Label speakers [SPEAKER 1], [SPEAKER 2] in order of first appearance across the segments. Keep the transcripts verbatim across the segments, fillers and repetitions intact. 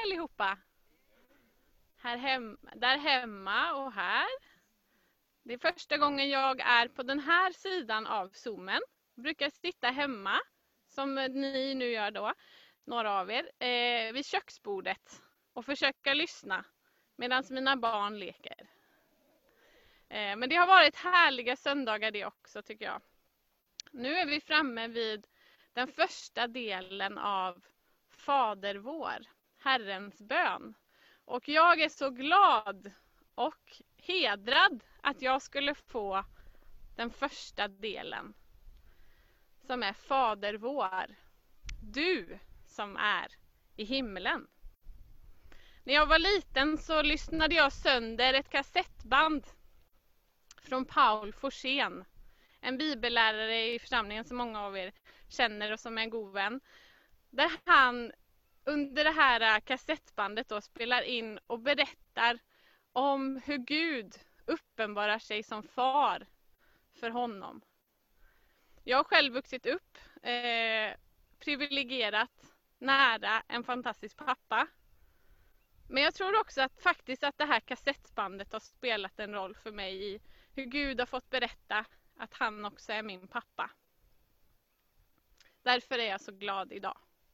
[SPEAKER 1] allihopa? Här hem, där hemma och här. Det är första gången jag är på den här sidan av Zoomen. Jag brukar sitta hemma, som ni nu gör då, några av er, eh, vid köksbordet och försöka lyssna medan mina barn leker. Eh, men det har varit härliga söndagar det också, tycker jag. Nu är vi framme vid den första delen av Fader vår, Herrens bön. Och jag är så glad och hedrad att jag skulle få den första delen, som är Fader vår, du som är i himlen. När jag var liten så lyssnade jag sönder ett kassettband från Paul Forsén, en bibellärare i församlingen som många av er känner och som är en god vän. Där han under det här kassettbandet då spelar in och berättar om hur Gud uppenbarar sig som far för honom. Jag har själv vuxit upp eh, privilegierat nära en fantastisk pappa. Men jag tror också att faktiskt att det här kassettbandet har spelat en roll för mig i hur Gud har fått berätta att han också är min pappa. Därför är jag så glad idag.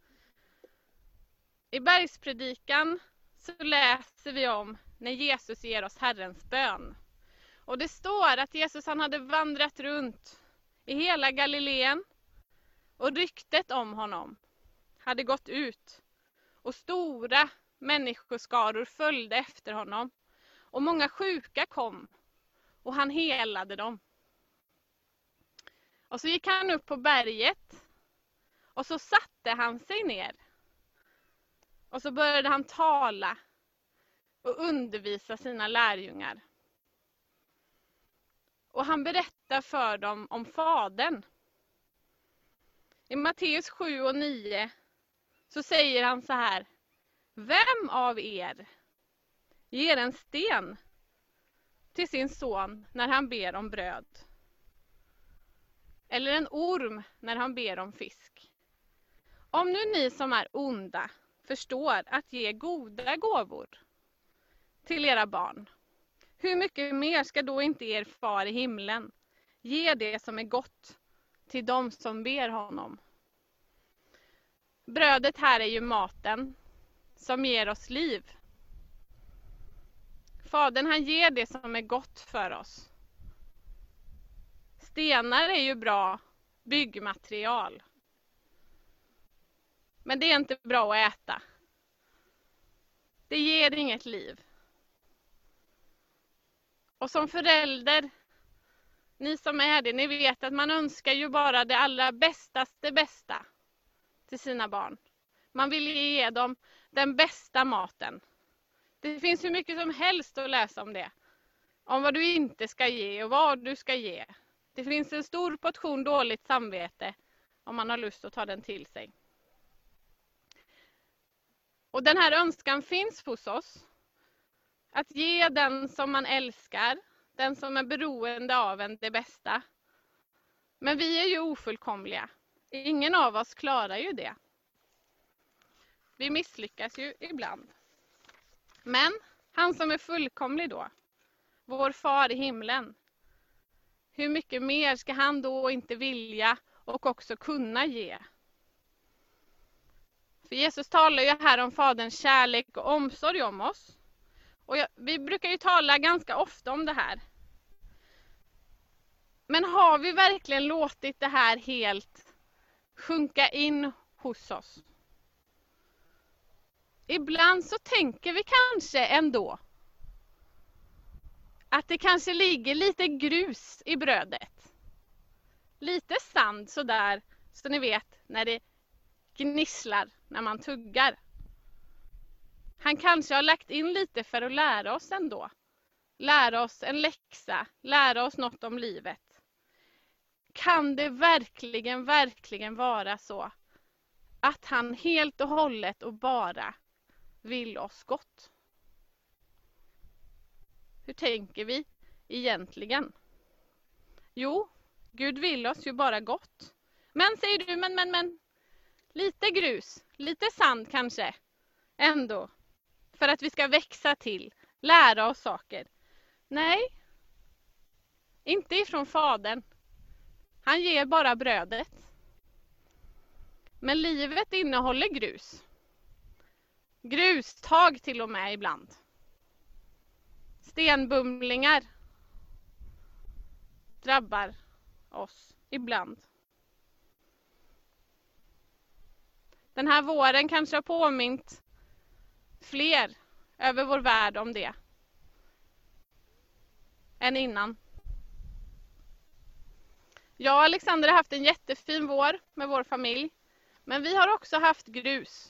[SPEAKER 1] I bergspredikan så läser vi om när Jesus ger oss Herrens bön. Och det står att Jesus han hade vandrat runt i hela Galileen och ryktet om honom hade gått ut. Och stora människoskaror följde efter honom. Och många sjuka kom och han helade dem. Och så gick han upp på berget och så satte han sig ner. Och så började han tala och undervisa sina lärjungar. Och han berättar för dem om Fadern. I Matteus sju och nio så säger han så här: vem av er ger en sten till sin son när han ber om bröd? Eller en orm när han ber om fisk? Om nu ni som är onda förstår att ge goda gåvor till era barn, hur mycket mer ska då inte er far i himlen ge det som är gott till dem som ber honom? Brödet här är ju maten som ger oss liv. Fadern han ger det som är gott för oss. Stenar är ju bra byggmaterial. Men det är inte bra att äta. Det ger inget liv. Och som förälder, ni som är det, ni vet att man önskar ju bara det allra bästaste bästa till sina barn. Man vill ge dem den bästa maten. Det finns hur mycket som helst att läsa om det. Om vad du inte ska ge och vad du ska ge. Det finns en stor portion dåligt samvete om man har lust att ta den till sig. Och den här önskan finns hos oss. Att ge den som man älskar, den som är beroende av en, det bästa. Men vi är ju ofullkomliga. Ingen av oss klarar ju det. Vi misslyckas ju ibland. Men han som är fullkomlig då, vår far i himlen, hur mycket mer ska han då inte vilja och också kunna ge? För Jesus talar ju här om faderns kärlek och omsorg om oss. Och jag, vi brukar ju tala ganska ofta om det här. Men har vi verkligen låtit det här helt sjunka in hos oss? Ibland så tänker vi kanske ändå att det kanske ligger lite grus i brödet. Lite sand sådär, så ni vet när det gnisslar när man tuggar. Han kanske har lagt in lite för att lära oss ändå. Lära oss en läxa, lära oss något om livet. Kan det verkligen, verkligen vara så att han helt och hållet och bara vill oss gott? Hur tänker vi egentligen? Jo, Gud vill oss ju bara gott. Men säger du, men, men, men, lite grus, lite sand kanske ändå för att vi ska växa till, lära oss saker. Nej, inte ifrån Fadern. Han ger bara brödet. Men livet innehåller grus. Grustag till och med ibland. Stenbumlingar drabbar oss ibland. Den här våren kanske har påmint fler över vår värld om det än innan. Jag och Alexander har haft en jättefin vår med vår familj, men vi har också haft grus.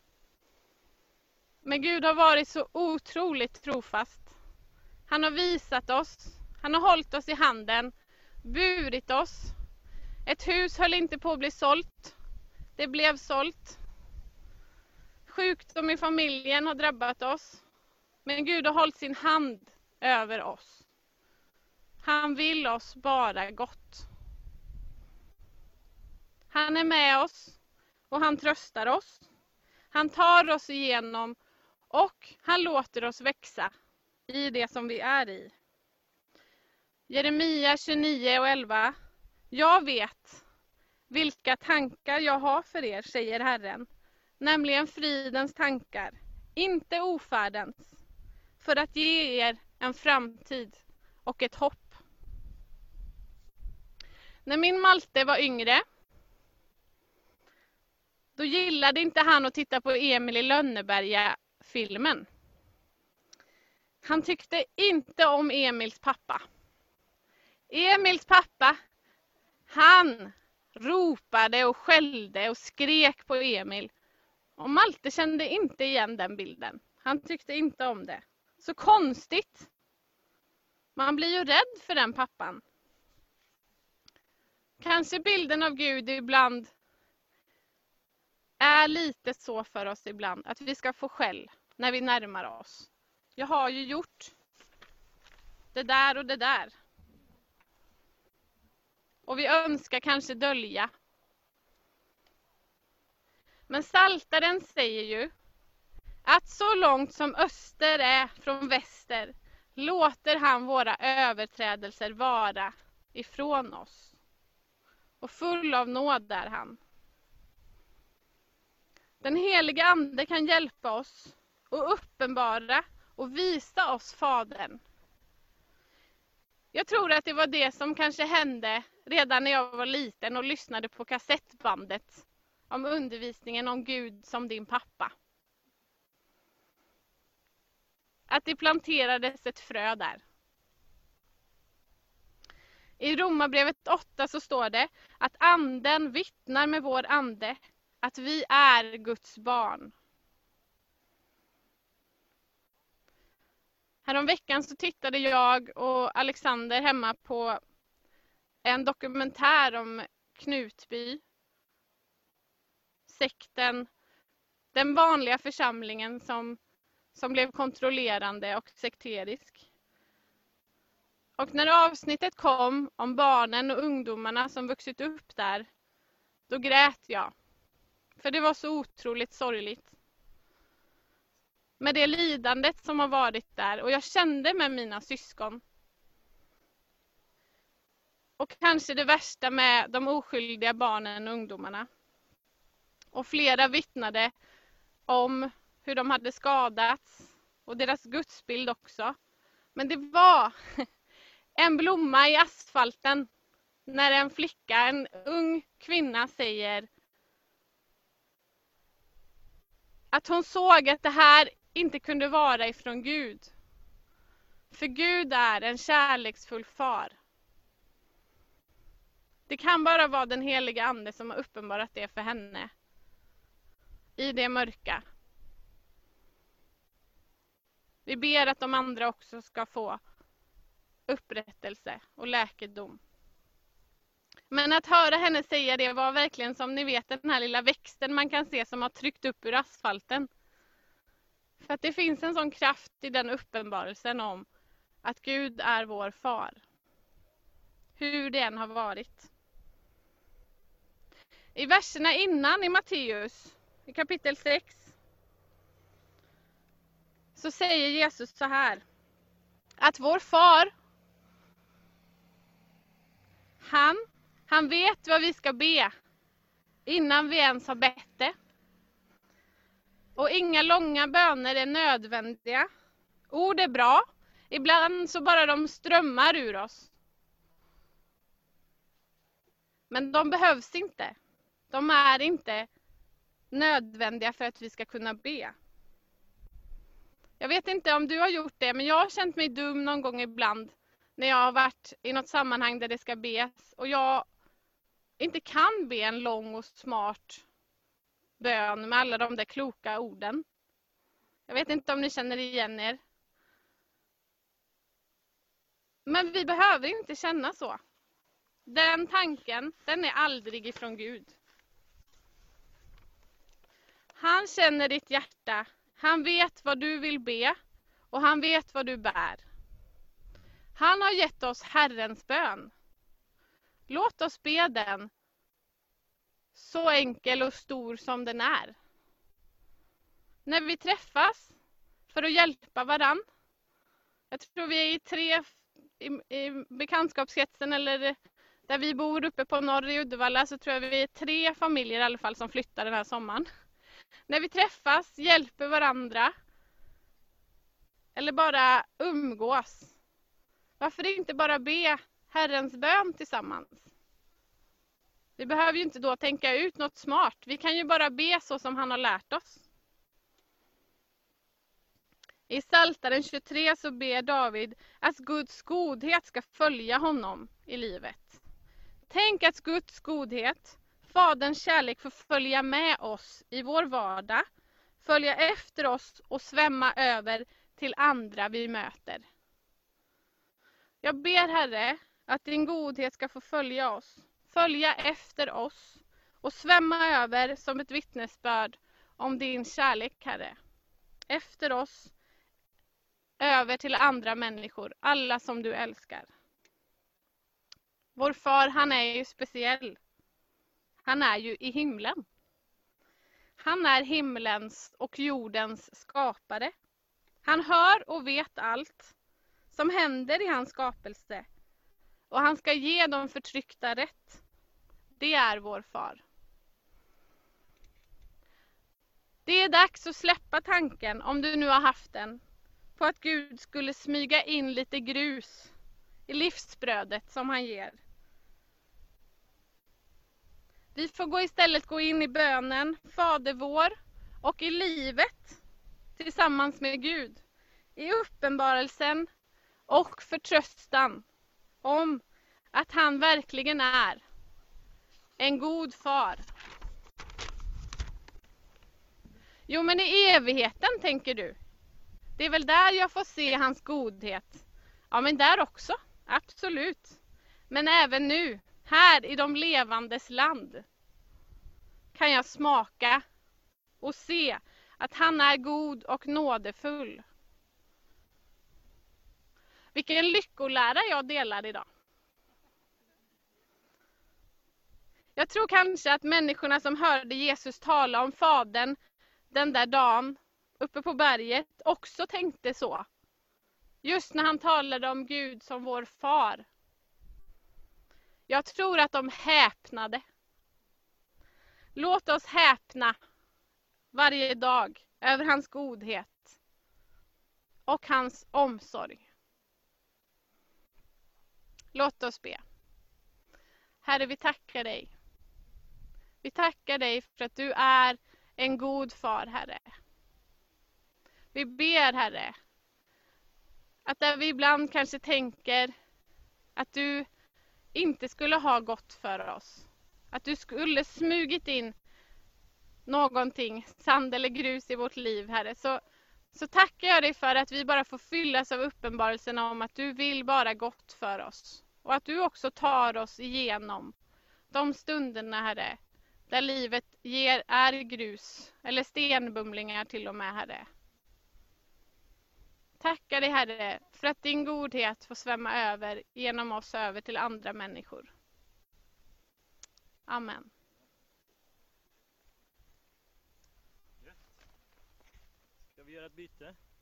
[SPEAKER 1] Men Gud har varit så otroligt trofast. Han har visat oss, han har hållit oss i handen, burit oss. Ett hus höll inte på att bli sålt. Det blev sålt. Sjukdom i familjen har drabbat oss. Men Gud har hållit sin hand över oss. Han vill oss bara gott. Han är med oss och han tröstar oss. Han tar oss igenom och han låter oss växa i det som vi är i. Jeremia tjugonio och elva. Jag vet vilka tankar jag har för er, säger Herren. Nämligen fridens tankar, inte ofärdens, för att ge er en framtid och ett hopp. När min Malte var yngre, då gillade inte han att titta på Emil i Lönneberga-filmen. Han tyckte inte om Emils pappa. Emils pappa, han ropade och skällde och skrek på Emil. Och Malte kände inte igen den bilden. Han tyckte inte om det. Så konstigt. Man blir ju rädd för den pappan. Kanske bilden av Gud ibland är lite så för oss ibland. Att vi ska få skäll när vi närmar oss. Jag har ju gjort det där och det där. Och vi önskar kanske dölja. Men Psaltaren säger ju att så långt som öster är från väster låter han våra överträdelser vara ifrån oss. Och full av nåd är han. Den heliga ande kan hjälpa oss och uppenbara och visa oss Fadern. Jag tror att det var det som kanske hände redan när jag var liten och lyssnade på kassettbandet om undervisningen om Gud som din pappa. Att det planterades ett frö där. I Romarbrevet åtta så står det att anden vittnar med vår ande att vi är Guds barn. Häromveckan så tittade jag och Alexander hemma på en dokumentär om Knutby. Sekten, den vanliga församlingen som, som blev kontrollerande och sekterisk. Och när avsnittet kom om barnen och ungdomarna som vuxit upp där, då grät jag. För det var så otroligt sorgligt. Med det lidandet som har varit där. Och jag kände med mina syskon. Och kanske det värsta med de oskyldiga barnen och ungdomarna. Och flera vittnade om hur de hade skadats. Och deras gudsbild också. Men det var en blomma i asfalten. När en flicka, en ung kvinna säger att hon såg att det här inte kunde vara ifrån Gud. För Gud är en kärleksfull far. Det kan bara vara den heliga ande som har uppenbarat det för henne. I det mörka. Vi ber att de andra också ska få upprättelse och läkedom. Men att höra henne säga det var verkligen som ni vet den här lilla växten man kan se som har tryckt upp ur asfalten. För att det finns en sån kraft i den uppenbarelsen om att Gud är vår far. Hur det än har varit. I verserna innan i Matteus, i kapitel sex, så säger Jesus så här. Att vår far, han, han vet vad vi ska be innan vi ens har bett det. Och inga långa böner är nödvändiga. Ord är bra. Ibland så bara de strömmar ur oss. Men de behövs inte. De är inte nödvändiga för att vi ska kunna be. Jag vet inte om du har gjort det, men jag har känt mig dum någon gång ibland när jag har varit i något sammanhang där det ska bes och jag inte kan be en lång och smart bön med alla de där kloka orden. Jag vet inte om ni känner igen er. Men vi behöver inte känna så. Den tanken, den är aldrig ifrån Gud. Han känner ditt hjärta. Han vet vad du vill be och han vet vad du bär. Han har gett oss Herrens bön. Låt oss be den, så enkel och stor som den är. När vi träffas för att hjälpa varann. Jag tror vi är i tre i, i bekantskapskretsen eller där vi bor uppe på norr i Uddevalla, så tror jag vi är tre familjer i alla fall som flyttar den här sommaren. När vi träffas, hjälper varandra eller bara umgås. Varför inte bara be Herrens bön tillsammans? Vi behöver ju inte då tänka ut något smart. Vi kan ju bara be så som han har lärt oss. I Psaltaren tjugotre så ber David att Guds godhet ska följa honom i livet. Tänk att Guds godhet, Faderns kärlek, får följa med oss i vår vardag, följa efter oss och svämma över till andra vi möter. Jag ber, Herre, att din godhet ska få följa oss, följa efter oss och svämma över som ett vittnesbörd om din kärlek, Herre. Efter oss, över till andra människor, alla som du älskar. Vår far, han är ju speciell. Han är ju i himlen. Han är himlens och jordens skapare. Han hör och vet allt som händer i hans skapelse. Och han ska ge de förtryckta rätt. Det är vår far. Det är dags att släppa tanken, om du nu har haft den, på att Gud skulle smyga in lite grus i livsbrödet som han ger. Vi får gå istället gå in i bönen, Fader vår, och i livet tillsammans med Gud. I uppenbarelsen och förtröstan om att han verkligen är en god far. Jo, men i evigheten, tänker du. Det är väl där jag får se hans godhet. Ja, men där också. Absolut. Men även nu, här i de levandes land, kan jag smaka och se att han är god och nådefull. Vilken lyckolära jag delar idag. Jag tror kanske att människorna som hörde Jesus tala om Fadern den där dagen uppe på berget också tänkte så. Just när han talade om Gud som vår far. Jag tror att de häpnade. Låt oss häpna varje dag över hans godhet och hans omsorg. Låt oss be. Herre, vi tackar dig. Vi tackar dig för att du är en god far, Herre. Vi ber, Herre, att där vi ibland kanske tänker att du inte skulle ha gått för oss, att du skulle smugit in någonting, sand eller grus i vårt liv, Herre, så, så tackar jag dig för att vi bara får fyllas av uppenbarelsen om att du vill bara gott för oss. Och att du också tar oss igenom de stunderna, Herre, där livet ger, är grus eller stenbumlingar till och med, Herre. Tackar dig, Herre, för att din godhet får svämma över genom oss över till andra människor. Amen.
[SPEAKER 2] Ska vi göra ett byte?